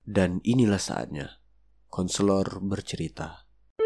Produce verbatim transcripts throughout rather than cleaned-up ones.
Dan inilah saatnya konselor bercerita.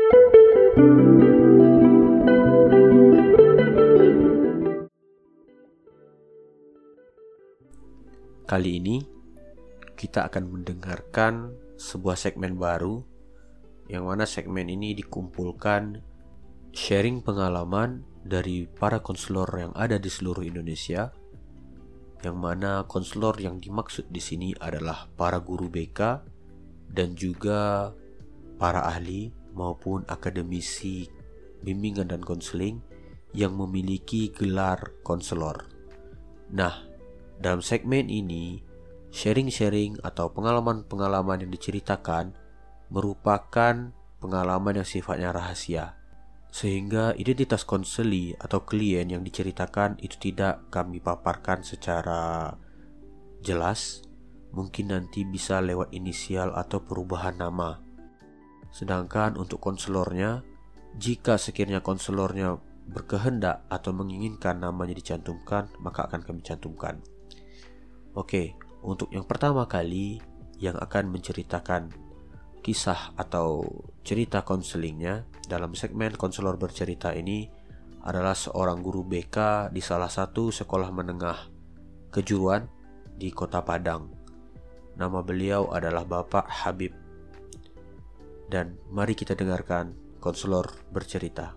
Kali ini kita akan mendengarkan sebuah segmen baru, yang mana segmen ini dikumpulkan sharing pengalaman dari para konselor yang ada di seluruh Indonesia, yang mana konselor yang dimaksud di sini adalah para guru B K dan juga para ahli maupun akademisi bimbingan dan konseling yang memiliki gelar konselor. Nah, dalam segmen ini sharing-sharing atau pengalaman-pengalaman yang diceritakan merupakan pengalaman yang sifatnya rahasia, sehingga identitas konseli atau klien yang diceritakan itu tidak kami paparkan secara jelas. Mungkin nanti bisa lewat inisial atau perubahan nama. Sedangkan untuk konselornya, jika sekiranya konselornya berkehendak atau menginginkan namanya dicantumkan, maka akan kami cantumkan. Oke, untuk yang pertama kali yang akan menceritakan kisah atau cerita konselingnya dalam segmen konselor bercerita ini adalah seorang guru B K di salah satu sekolah menengah kejuruan di Kota Padang. Nama beliau adalah Bapak Habib. Dan mari kita dengarkan konselor bercerita.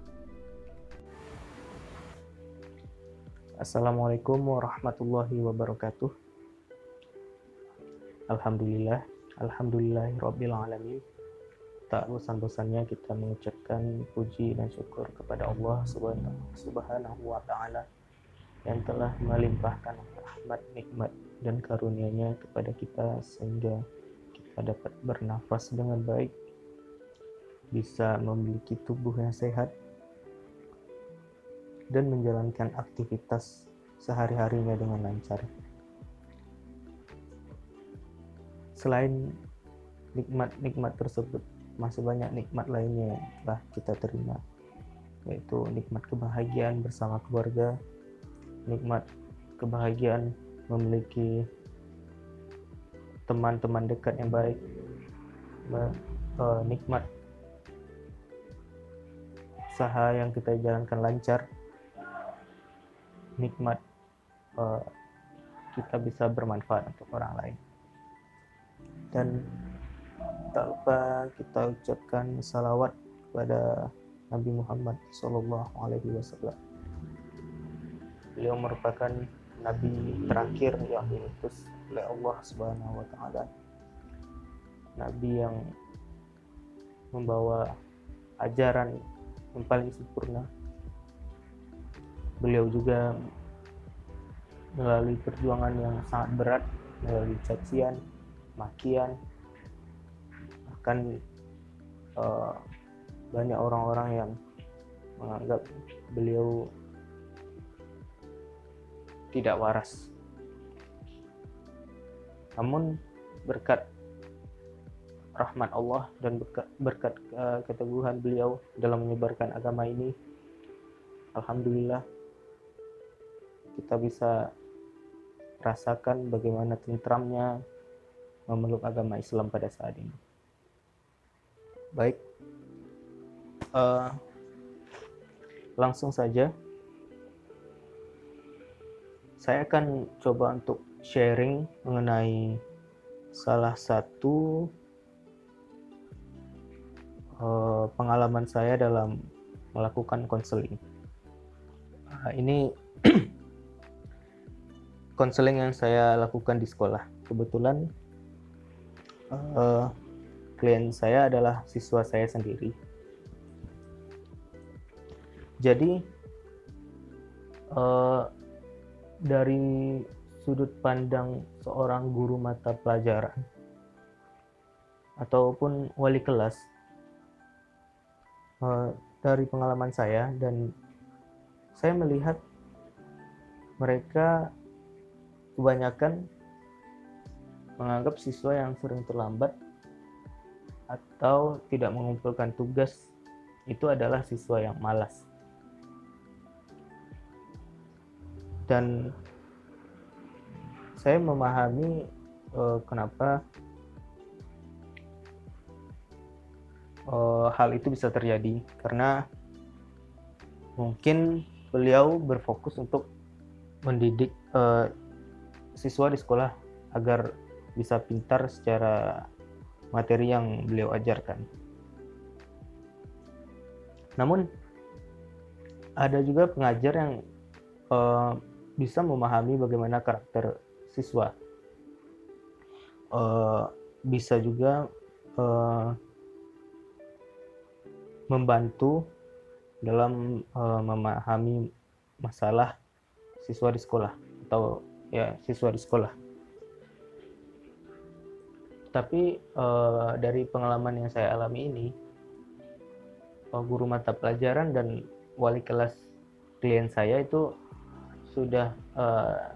Assalamualaikum warahmatullahi wabarakatuh. Alhamdulillah, alhamdulillahirabbil alamin. Tak bosan-bosannya kita mengucapkan puji dan syukur kepada Allah Subhanahu wa taala yang telah melimpahkan rahmat, nikmat dan karunia-Nya kepada kita sehingga kita dapat bernafas dengan baik, bisa memiliki tubuh yang sehat dan menjalankan aktivitas sehari-harinya dengan lancar. Selain nikmat-nikmat tersebut, masih banyak nikmat lainnya yang telah kita terima, yaitu nikmat kebahagiaan bersama keluarga, nikmat kebahagiaan memiliki teman-teman dekat yang baik, nikmat usaha yang kita jalankan lancar, nikmat uh, kita bisa bermanfaat untuk orang lain. Dan tak lupa kita ucapkan salawat kepada Nabi Muhammad shallallahu alaihi wasallam. Beliau merupakan Nabi terakhir yang diutus oleh Allah Subhanahu wa taala. Nabi yang membawa ajaran yang paling sempurna. Beliau juga melalui perjuangan yang sangat berat, melalui cacian, makian, bahkan uh, banyak orang-orang yang menganggap beliau tidak waras. Namun berkat rahmat Allah dan berkat, berkat uh, keteguhan beliau dalam menyebarkan agama ini, alhamdulillah kita bisa rasakan bagaimana tentramnya memeluk agama Islam pada saat ini. Baik, uh, langsung saja saya akan coba untuk sharing mengenai salah satu uh, pengalaman saya dalam melakukan konseling. Uh, ini konseling yang saya lakukan di sekolah. Kebetulan uh, klien saya adalah siswa saya sendiri. Jadi uh, dari sudut pandang seorang guru mata pelajaran ataupun wali kelas, uh, dari pengalaman saya, dan saya melihat mereka kebanyakan menganggap siswa yang sering terlambat atau tidak mengumpulkan tugas itu adalah siswa yang malas. Dan saya memahami uh, kenapa uh, hal itu bisa terjadi karena mungkin beliau berfokus untuk mendidik uh, siswa di sekolah agar bisa pintar secara materi yang beliau ajarkan. Namun ada juga pengajar yang uh, bisa memahami bagaimana karakter siswa, uh, bisa juga uh, membantu dalam uh, memahami masalah siswa di sekolah atau ya siswa di sekolah. Tapi uh, dari pengalaman yang saya alami ini, uh, guru mata pelajaran dan wali kelas klien saya itu sudah uh,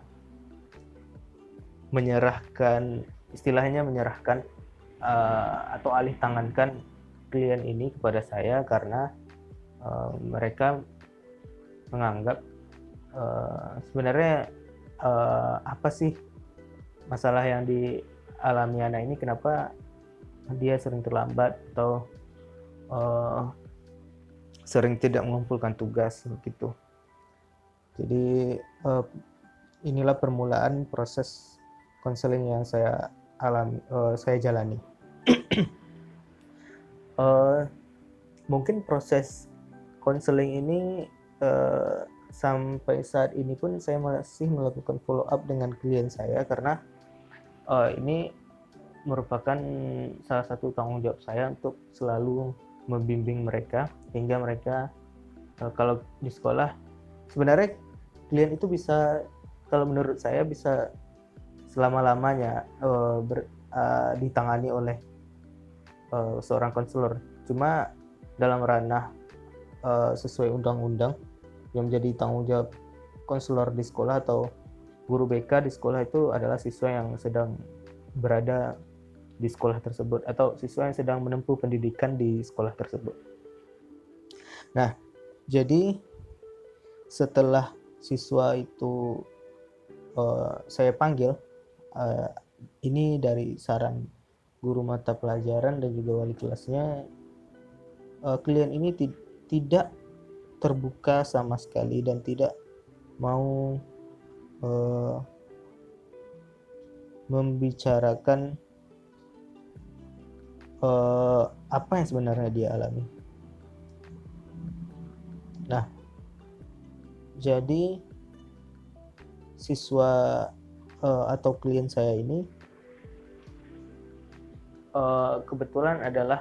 menyerahkan, istilahnya menyerahkan uh, atau alih tangankan klien ini kepada saya karena uh, mereka menganggap uh, sebenarnya uh, apa sih masalah yang dialami anak ini, kenapa dia sering terlambat atau uh, sering tidak mengumpulkan tugas begitu. Jadi uh, inilah permulaan proses konseling yang saya alami, uh, saya jalani. uh, mungkin proses konseling ini uh, sampai saat ini pun saya masih melakukan follow up dengan klien saya karena uh, ini merupakan salah satu tanggung jawab saya untuk selalu membimbing mereka hingga mereka uh, kalau di sekolah sebenarnya klien itu bisa, kalau menurut saya bisa selama-lamanya uh, ber, uh, ditangani oleh uh, seorang konselor. Cuma dalam ranah uh, sesuai undang-undang yang menjadi tanggung jawab konselor di sekolah atau guru B K di sekolah itu adalah siswa yang sedang berada di sekolah tersebut atau siswa yang sedang menempuh pendidikan di sekolah tersebut. Nah, jadi setelah siswa itu uh, saya panggil, uh, ini dari saran guru mata pelajaran dan juga wali kelasnya, uh, klien ini t- tidak terbuka sama sekali dan tidak mau uh, membicarakan uh, apa yang sebenarnya dia alami. Nah, jadi siswa uh, atau klien saya ini uh, kebetulan adalah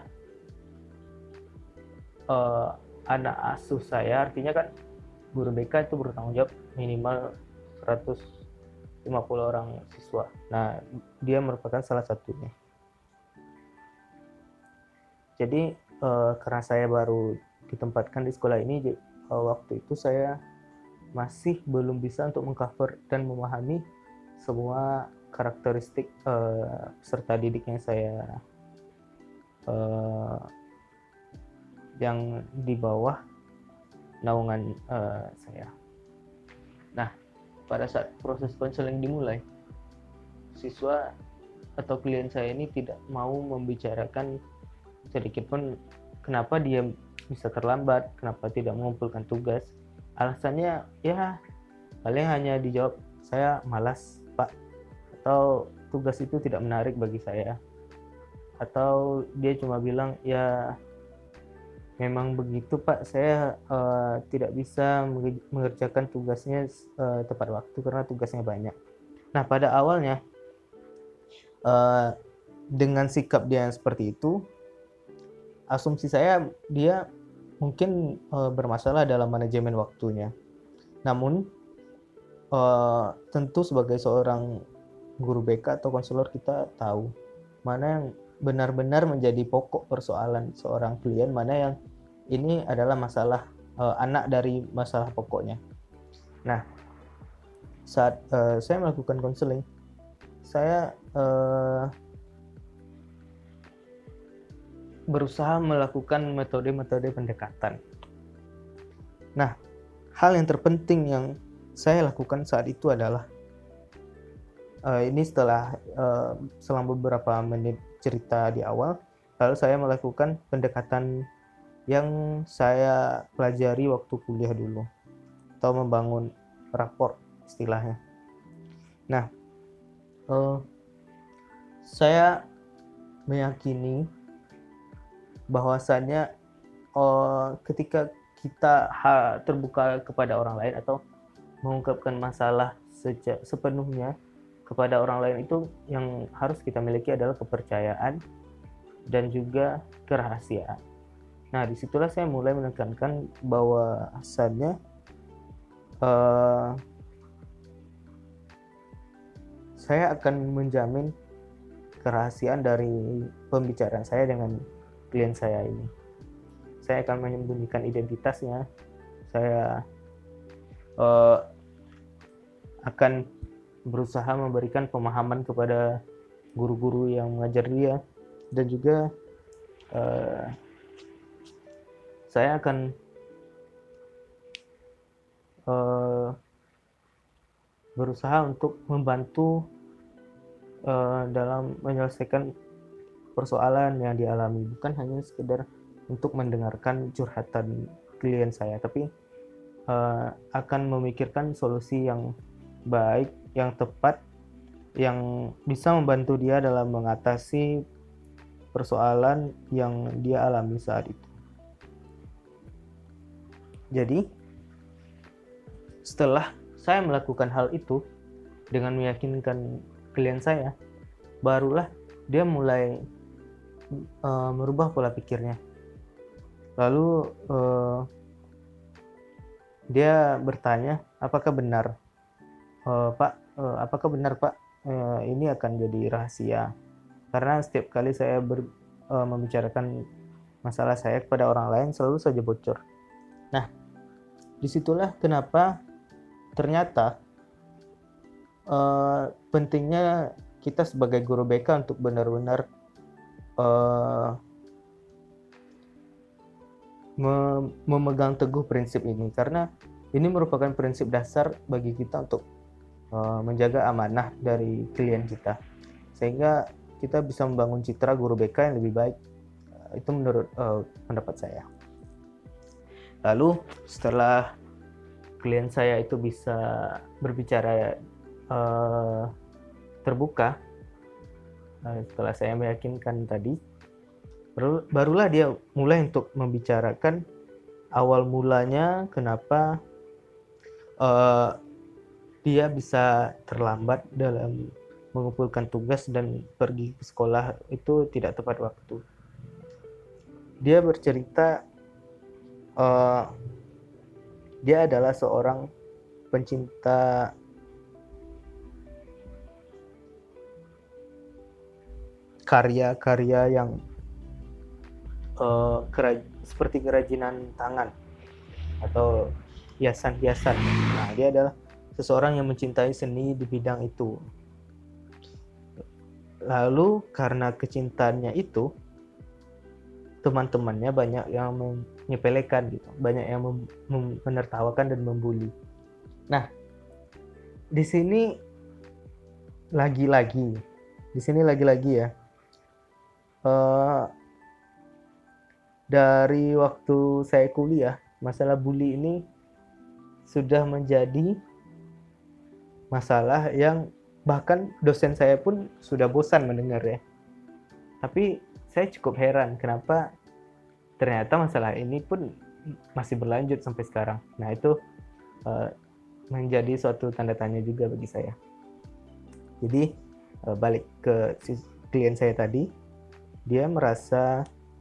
uh, anak asuh saya, artinya kan guru B K itu bertanggung jawab minimal seratus lima puluh orang siswa. Nah, dia merupakan salah satunya. Jadi uh, karena saya baru ditempatkan di sekolah ini, uh, waktu itu saya masih belum bisa untuk mengcover dan memahami semua karakteristik uh, peserta didik yang saya uh, yang di bawah naungan uh, saya. Nah, pada saat proses konseling dimulai, siswa atau klien saya ini tidak mau membicarakan sedikit pun kenapa dia bisa terlambat, kenapa tidak mengumpulkan tugas. Alasannya ya paling hanya dijawab, saya malas pak, atau tugas itu tidak menarik bagi saya, atau dia cuma bilang ya memang begitu pak, saya uh, tidak bisa mengerjakan tugasnya uh, tepat waktu karena tugasnya banyak. Nah, pada awalnya uh, dengan sikap dia yang seperti itu, asumsi saya dia mungkin uh, bermasalah dalam manajemen waktunya. Namun uh, tentu sebagai seorang guru B K atau konselor kita tahu mana yang benar-benar menjadi pokok persoalan seorang klien, mana yang ini adalah masalah uh, anak dari masalah pokoknya. Nah, saat uh, saya melakukan konseling, saya uh, berusaha melakukan metode-metode pendekatan. Nah, hal yang terpenting yang saya lakukan saat itu adalah uh, ini setelah uh, selama beberapa menit cerita di awal, Lalu saya melakukan pendekatan yang saya pelajari waktu kuliah dulu, atau membangun rapor istilahnya. Nah, uh, saya meyakini bahwasannya uh, ketika kita ha, terbuka kepada orang lain atau mengungkapkan masalah seja, sepenuhnya kepada orang lain, itu yang harus kita miliki adalah kepercayaan dan juga kerahasiaan. Nah, disitulah saya mulai menekankan bahwa asalnya uh, saya akan menjamin kerahasiaan dari pembicaraan saya dengan klien saya ini. Saya akan menyembunyikan identitasnya. Saya uh, akan berusaha memberikan pemahaman kepada guru-guru yang mengajar dia, dan juga uh, saya akan uh, berusaha untuk membantu uh, dalam menyelesaikan persoalan yang dialami, bukan hanya sekedar untuk mendengarkan curhatan klien saya, tapi uh, akan memikirkan solusi yang baik, yang tepat, yang bisa membantu dia dalam mengatasi persoalan yang dia alami saat itu. Jadi, setelah saya melakukan hal itu dengan meyakinkan klien saya, barulah dia mulai uh, merubah pola pikirnya. Lalu uh, dia bertanya, apakah benar, uh, Pak, uh, apakah benar Pak, uh, ini akan jadi rahasia? Karena setiap kali saya ber, uh, membicarakan masalah saya kepada orang lain, selalu saja bocor. Nah, disitulah kenapa ternyata uh, pentingnya kita sebagai guru B K untuk benar-benar uh, mem- memegang teguh prinsip ini, karena ini merupakan prinsip dasar bagi kita untuk uh, menjaga amanah dari klien kita, sehingga kita bisa membangun citra guru B K yang lebih baik. Uh, itu menurut uh, pendapat saya. Lalu setelah klien saya itu bisa berbicara uh, terbuka, uh, setelah saya meyakinkan tadi, baru, barulah dia mulai untuk membicarakan awal mulanya kenapa uh, dia bisa terlambat dalam mengumpulkan tugas dan pergi ke sekolah itu tidak tepat waktu. Dia bercerita Uh, dia adalah seorang pencinta karya-karya yang uh, keraj- seperti kerajinan tangan atau hiasan-hiasan. Nah, dia adalah seseorang yang mencintai seni di bidang itu. Lalu karena kecintaannya itu, teman-temannya banyak yang menyepelekan gitu, banyak yang mem- mem- menertawakan dan membuli. Nah, di sini lagi-lagi, di sini lagi-lagi ya, uh, dari waktu saya kuliah, masalah bully ini sudah menjadi masalah yang bahkan dosen saya pun sudah bosan mendengar ya. Tapi saya cukup heran kenapa ternyata masalah ini pun masih berlanjut sampai sekarang. Nah, itu uh, menjadi suatu tanda tanya juga bagi saya. Jadi uh, balik ke si klien saya tadi, dia merasa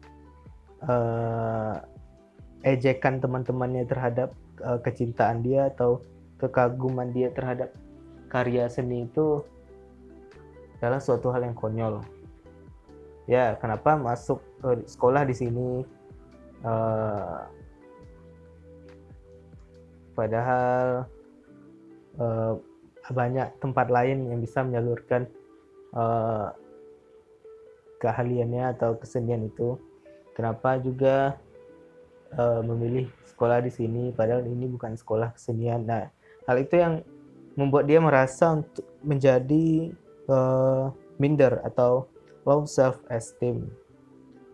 uh, ejekan teman-temannya terhadap uh, kecintaan dia atau kekaguman dia terhadap karya seni itu adalah suatu hal yang konyol. Ya, kenapa masuk ke sekolah di sini uh, padahal uh, banyak tempat lain yang bisa menyalurkan uh, keahliannya atau kesenian itu. Kenapa juga uh, memilih sekolah di sini padahal ini bukan sekolah kesenian. Nah, hal itu yang membuat dia merasa untuk menjadi uh, minder atau low self esteem.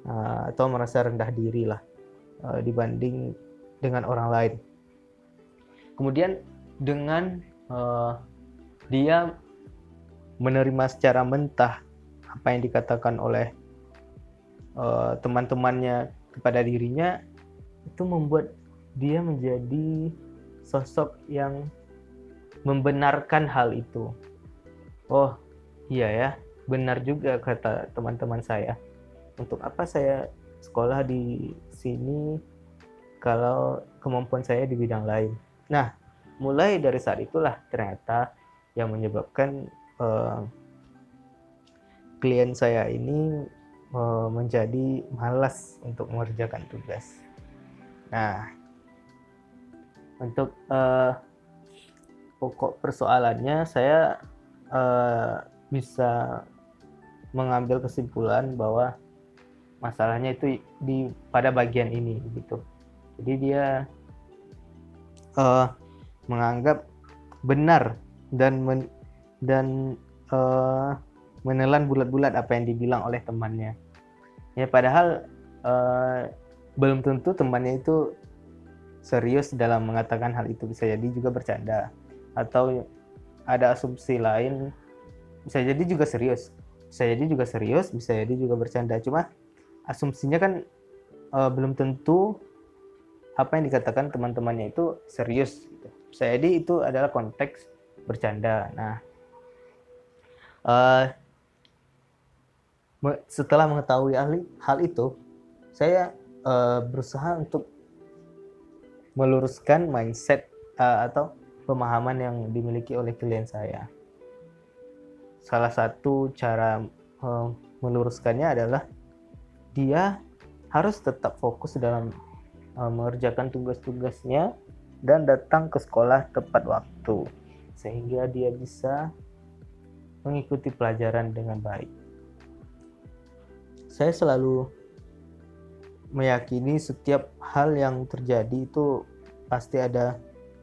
uh, atau merasa rendah diri lah uh, dibanding dengan orang lain. Kemudian dengan uh, dia menerima secara mentah apa yang dikatakan oleh uh, teman-temannya kepada dirinya, itu membuat dia menjadi sosok yang membenarkan hal itu. Oh iya ya, benar juga kata teman-teman saya. Untuk apa saya sekolah di sini kalau kemampuan saya di bidang lain? Nah, mulai dari saat itulah ternyata yang menyebabkan uh, klien saya ini uh, menjadi malas untuk mengerjakan tugas. Nah, untuk uh, pokok persoalannya saya uh, bisa mengambil kesimpulan bahwa masalahnya itu di pada bagian ini gitu. Jadi dia uh, menganggap benar dan men, dan uh, menelan bulat-bulat apa yang dibilang oleh temannya. Ya padahal uh, belum tentu temannya itu serius dalam mengatakan hal itu, bisa jadi juga bercanda atau ada asumsi lain, bisa jadi juga serius, bisa jadi juga serius, bisa jadi juga bercanda. Cuma asumsinya kan uh, belum tentu apa yang dikatakan teman-temannya itu serius. Gitu. Bisa jadi itu adalah konteks bercanda. Nah, uh, setelah mengetahui hal itu, saya uh, berusaha untuk meluruskan mindset uh, atau pemahaman yang dimiliki oleh klien saya. Salah satu cara uh, meluruskannya adalah dia harus tetap fokus dalam uh, mengerjakan tugas-tugasnya dan datang ke sekolah tepat waktu sehingga dia bisa mengikuti pelajaran dengan baik. Saya selalu meyakini setiap hal yang terjadi itu pasti ada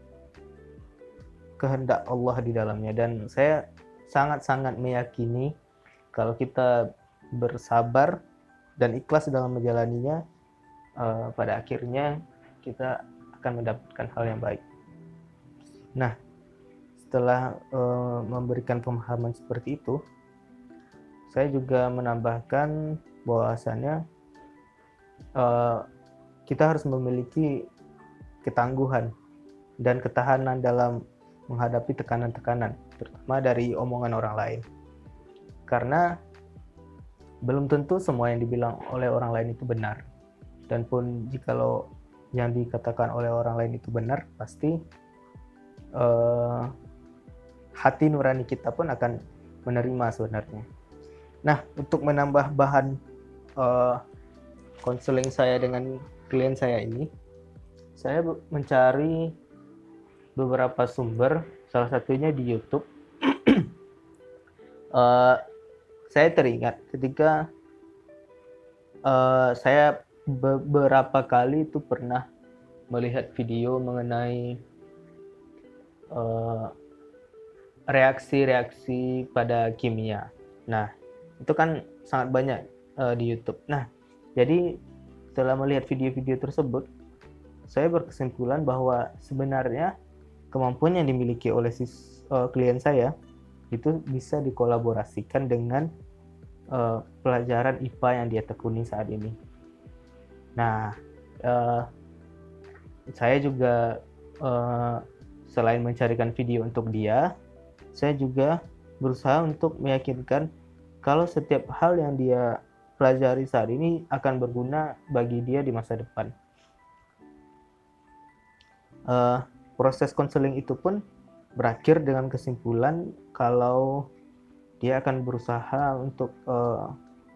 kehendak Allah di dalamnya, dan saya sangat-sangat meyakini kalau kita bersabar dan ikhlas dalam menjalaninya, uh, pada akhirnya kita akan mendapatkan hal yang baik. Nah, setelah uh, memberikan pemahaman seperti itu, saya juga menambahkan bahwasannya uh, kita harus memiliki ketangguhan dan ketahanan dalam menghadapi tekanan-tekanan, terutama dari omongan orang lain. Karena belum tentu semua yang dibilang oleh orang lain itu benar. Dan pun jikalau yang dikatakan oleh orang lain itu benar, pasti uh, hati nurani kita pun akan menerima sebenarnya. Nah, untuk menambah bahan konseling uh, saya dengan klien saya ini, saya mencari beberapa sumber, salah satunya di YouTube. uh, saya teringat ketika uh, saya beberapa kali itu pernah melihat video mengenai uh, reaksi-reaksi pada kimia. Nah, itu kan sangat banyak uh, di YouTube. Nah, jadi setelah melihat video-video tersebut, saya berkesimpulan bahwa sebenarnya kemampuan yang dimiliki oleh si uh, klien saya itu bisa dikolaborasikan dengan uh, pelajaran I P A yang dia tekuni saat ini. Nah, uh, saya juga uh, selain mencarikan video untuk dia, saya juga berusaha untuk meyakinkan kalau setiap hal yang dia pelajari saat ini akan berguna bagi dia di masa depan. Uh, proses konseling itu pun berakhir dengan kesimpulan kalau dia akan berusaha untuk uh,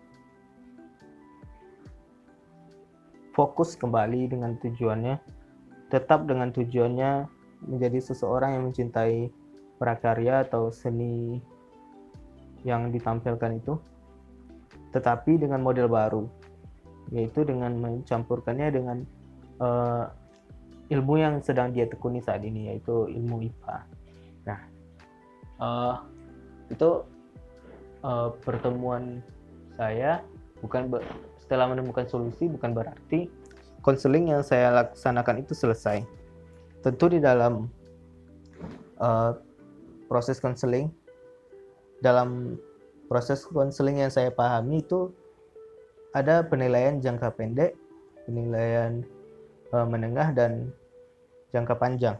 fokus kembali dengan tujuannya, tetap dengan tujuannya menjadi seseorang yang mencintai prakarya atau seni yang ditampilkan itu, tetapi dengan model baru, yaitu dengan mencampurkannya dengan uh, ilmu yang sedang dia tekuni saat ini, yaitu ilmu I P A. Nah, uh, itu uh, pertemuan saya Bukan ber, setelah menemukan solusi bukan berarti konseling yang saya laksanakan itu selesai. Tentu di dalam uh, proses konseling, dalam proses konseling yang saya pahami itu ada penilaian jangka pendek, penilaian uh, menengah, dan jangka panjang.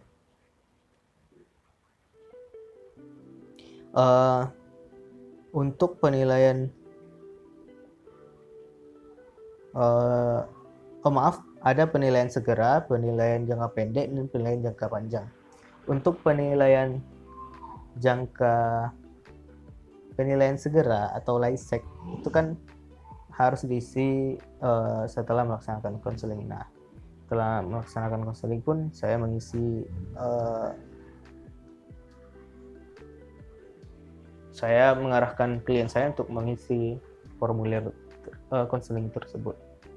Uh, untuk penilaian uh, oh maaf, ada penilaian segera, penilaian jangka pendek, dan penilaian jangka panjang. Untuk penilaian jangka penilaian segera atau LAISEC itu kan harus diisi uh, setelah melaksanakan konseling. Nah, setelah melaksanakan konseling pun saya mengisi uh, saya mengarahkan klien saya untuk mengisi formulir konseling uh, tersebut.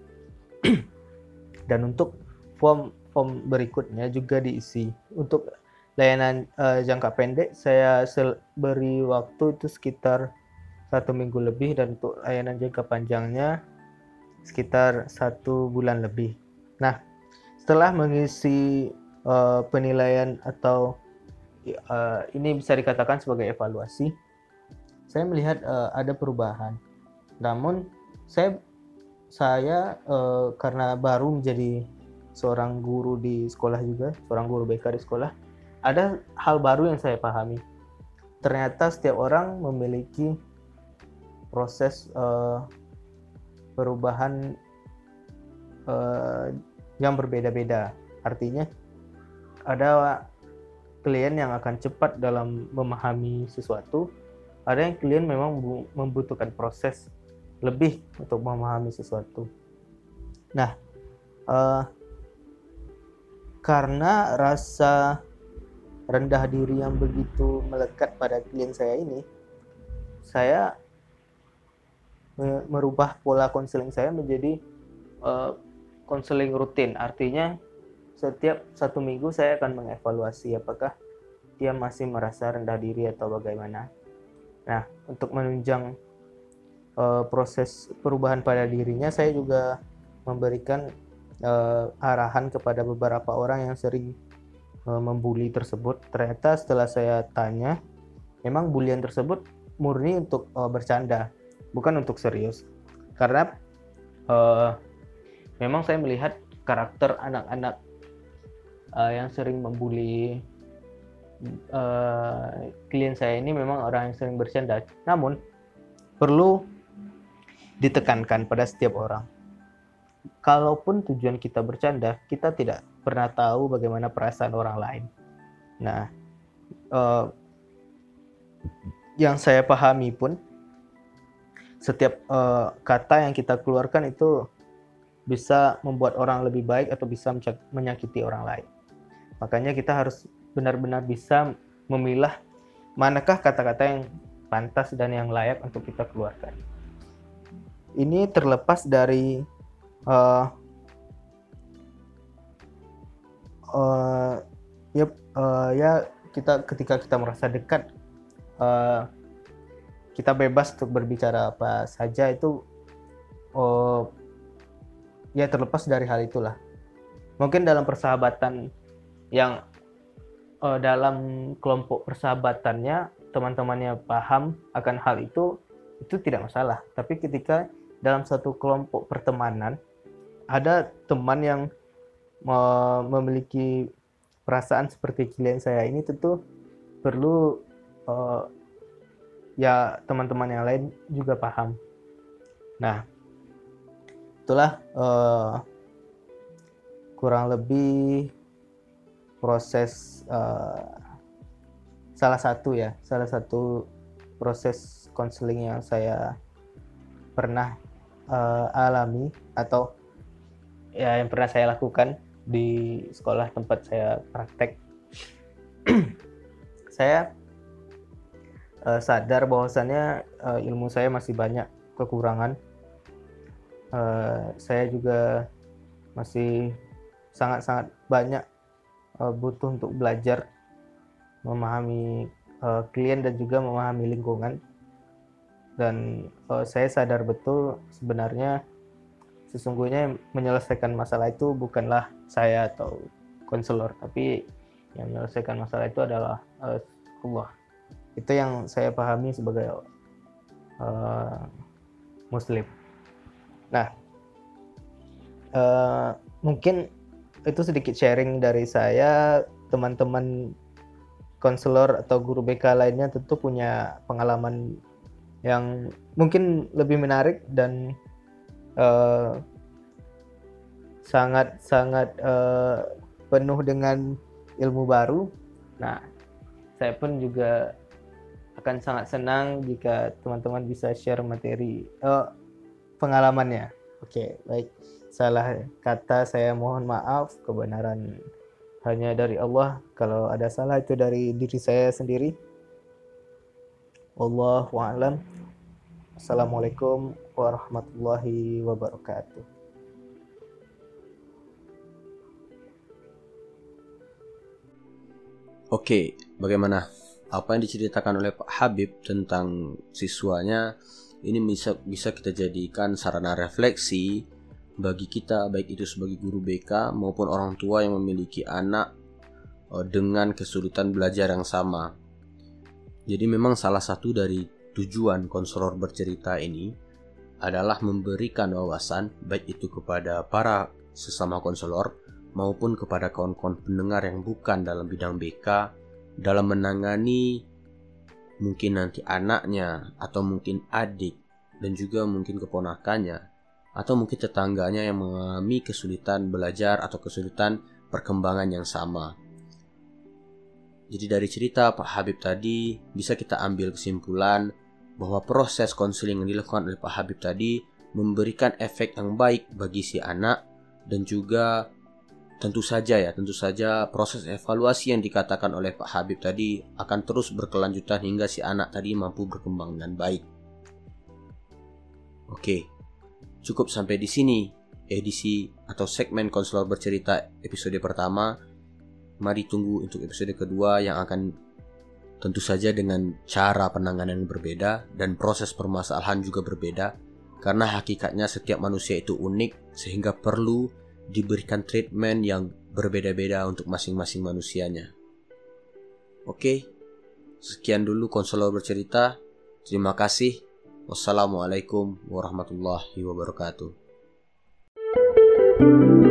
Dan untuk form form berikutnya juga diisi. Untuk layanan uh, jangka pendek saya sel- beri waktu itu sekitar satu minggu lebih, dan untuk layanan jangka panjangnya sekitar satu bulan lebih. Nah, setelah mengisi uh, penilaian atau uh, ini bisa dikatakan sebagai evaluasi, saya melihat uh, ada perubahan. Namun saya saya uh, karena baru menjadi seorang guru di sekolah juga, seorang guru B K di sekolah, ada hal baru yang saya pahami. Ternyata setiap orang memiliki proses uh, perubahan uh, yang berbeda-beda. Artinya ada klien yang akan cepat dalam memahami sesuatu, ada yang klien memang membutuhkan proses lebih untuk memahami sesuatu. Nah, uh, karena rasa rendah diri yang begitu melekat pada klien saya ini, saya merubah pola konseling saya menjadi konseling uh, rutin. Artinya setiap satu minggu saya akan mengevaluasi apakah dia masih merasa rendah diri atau bagaimana. Nah, untuk menunjang uh, proses perubahan pada dirinya, saya juga memberikan uh, arahan kepada beberapa orang yang sering uh, membuli tersebut. Ternyata setelah saya tanya, memang bulian tersebut murni untuk uh, bercanda, bukan untuk serius. Karena uh, memang saya melihat karakter anak-anak uh, yang sering membuli Uh, klien saya ini memang orang yang sering bercanda. Namun perlu ditekankan pada setiap orang, kalaupun tujuan kita bercanda, kita tidak pernah tahu bagaimana perasaan orang lain. Nah, uh, yang saya pahami pun setiap uh, kata yang kita keluarkan itu bisa membuat orang lebih baik atau bisa menyakiti orang lain. Makanya kita harus benar-benar bisa memilah manakah kata-kata yang pantas dan yang layak untuk kita keluarkan. Ini terlepas dari uh, uh, ya, uh, ya kita ketika kita merasa dekat, uh, kita bebas untuk berbicara apa saja, itu uh, ya terlepas dari hal itulah. Mungkin dalam persahabatan yang Uh, dalam kelompok persahabatannya teman-temannya paham akan hal itu, itu tidak masalah. Tapi ketika dalam satu kelompok pertemanan ada teman yang uh, memiliki perasaan seperti klien saya ini, tentu perlu uh, ya teman-teman yang lain juga paham. Nah, itulah uh, kurang lebih proses uh, salah satu ya salah satu proses konseling yang saya pernah uh, alami atau ya yang pernah saya lakukan di sekolah tempat saya praktek. Saya uh, sadar bahwasannya uh, ilmu saya masih banyak kekurangan. Uh, saya juga masih sangat-sangat banyak Uh, butuh untuk belajar memahami uh, klien dan juga memahami lingkungan. dan uh, saya sadar betul sebenarnya sesungguhnya menyelesaikan masalah itu bukanlah saya atau konselor, tapi yang menyelesaikan masalah itu adalah uh, Allah. Itu yang saya pahami sebagai uh, Muslim. Nah, uh, mungkin itu sedikit sharing dari saya. Teman-teman konselor atau guru B K lainnya tentu punya pengalaman yang mungkin lebih menarik dan uh, sangat-sangat uh, penuh dengan ilmu baru. Nah, saya pun juga akan sangat senang jika teman-teman bisa share materi uh, pengalamannya. Oke, baik. Salah kata saya mohon maaf, kebenaran hanya dari Allah. Kalau ada salah itu dari diri saya sendiri. Wallahu a'lam. Assalamualaikum warahmatullahi wabarakatuh. Oke, bagaimana? Apa yang diceritakan oleh Pak Habib tentang siswanya ini bisa bisa kita jadikan sarana refleksi bagi kita, baik itu sebagai guru B K maupun orang tua yang memiliki anak dengan kesulitan belajar yang sama. Jadi memang salah satu dari tujuan konselor bercerita ini adalah memberikan wawasan baik itu kepada para sesama konselor maupun kepada kawan-kawan pendengar yang bukan dalam bidang B K dalam menangani mungkin nanti anaknya atau mungkin adik dan juga mungkin keponakannya atau mungkin tetangganya yang mengalami kesulitan belajar atau kesulitan perkembangan yang sama. Jadi dari cerita Pak Habib tadi bisa kita ambil kesimpulan bahwa proses konseling yang dilakukan oleh Pak Habib tadi memberikan efek yang baik bagi si anak, dan juga tentu saja ya, tentu saja proses evaluasi yang dikatakan oleh Pak Habib tadi akan terus berkelanjutan hingga si anak tadi mampu berkembang dengan baik. Oke. Cukup sampai di sini edisi atau segmen konselor bercerita episode pertama. Mari tunggu untuk episode kedua yang akan tentu saja dengan cara penanganan yang berbeda dan proses permasalahan juga berbeda, karena hakikatnya setiap manusia itu unik sehingga perlu diberikan treatment yang berbeda-beda untuk masing-masing manusianya. Oke, sekian dulu konselor bercerita. Terima kasih. Wassalamualaikum warahmatullahi wabarakatuh.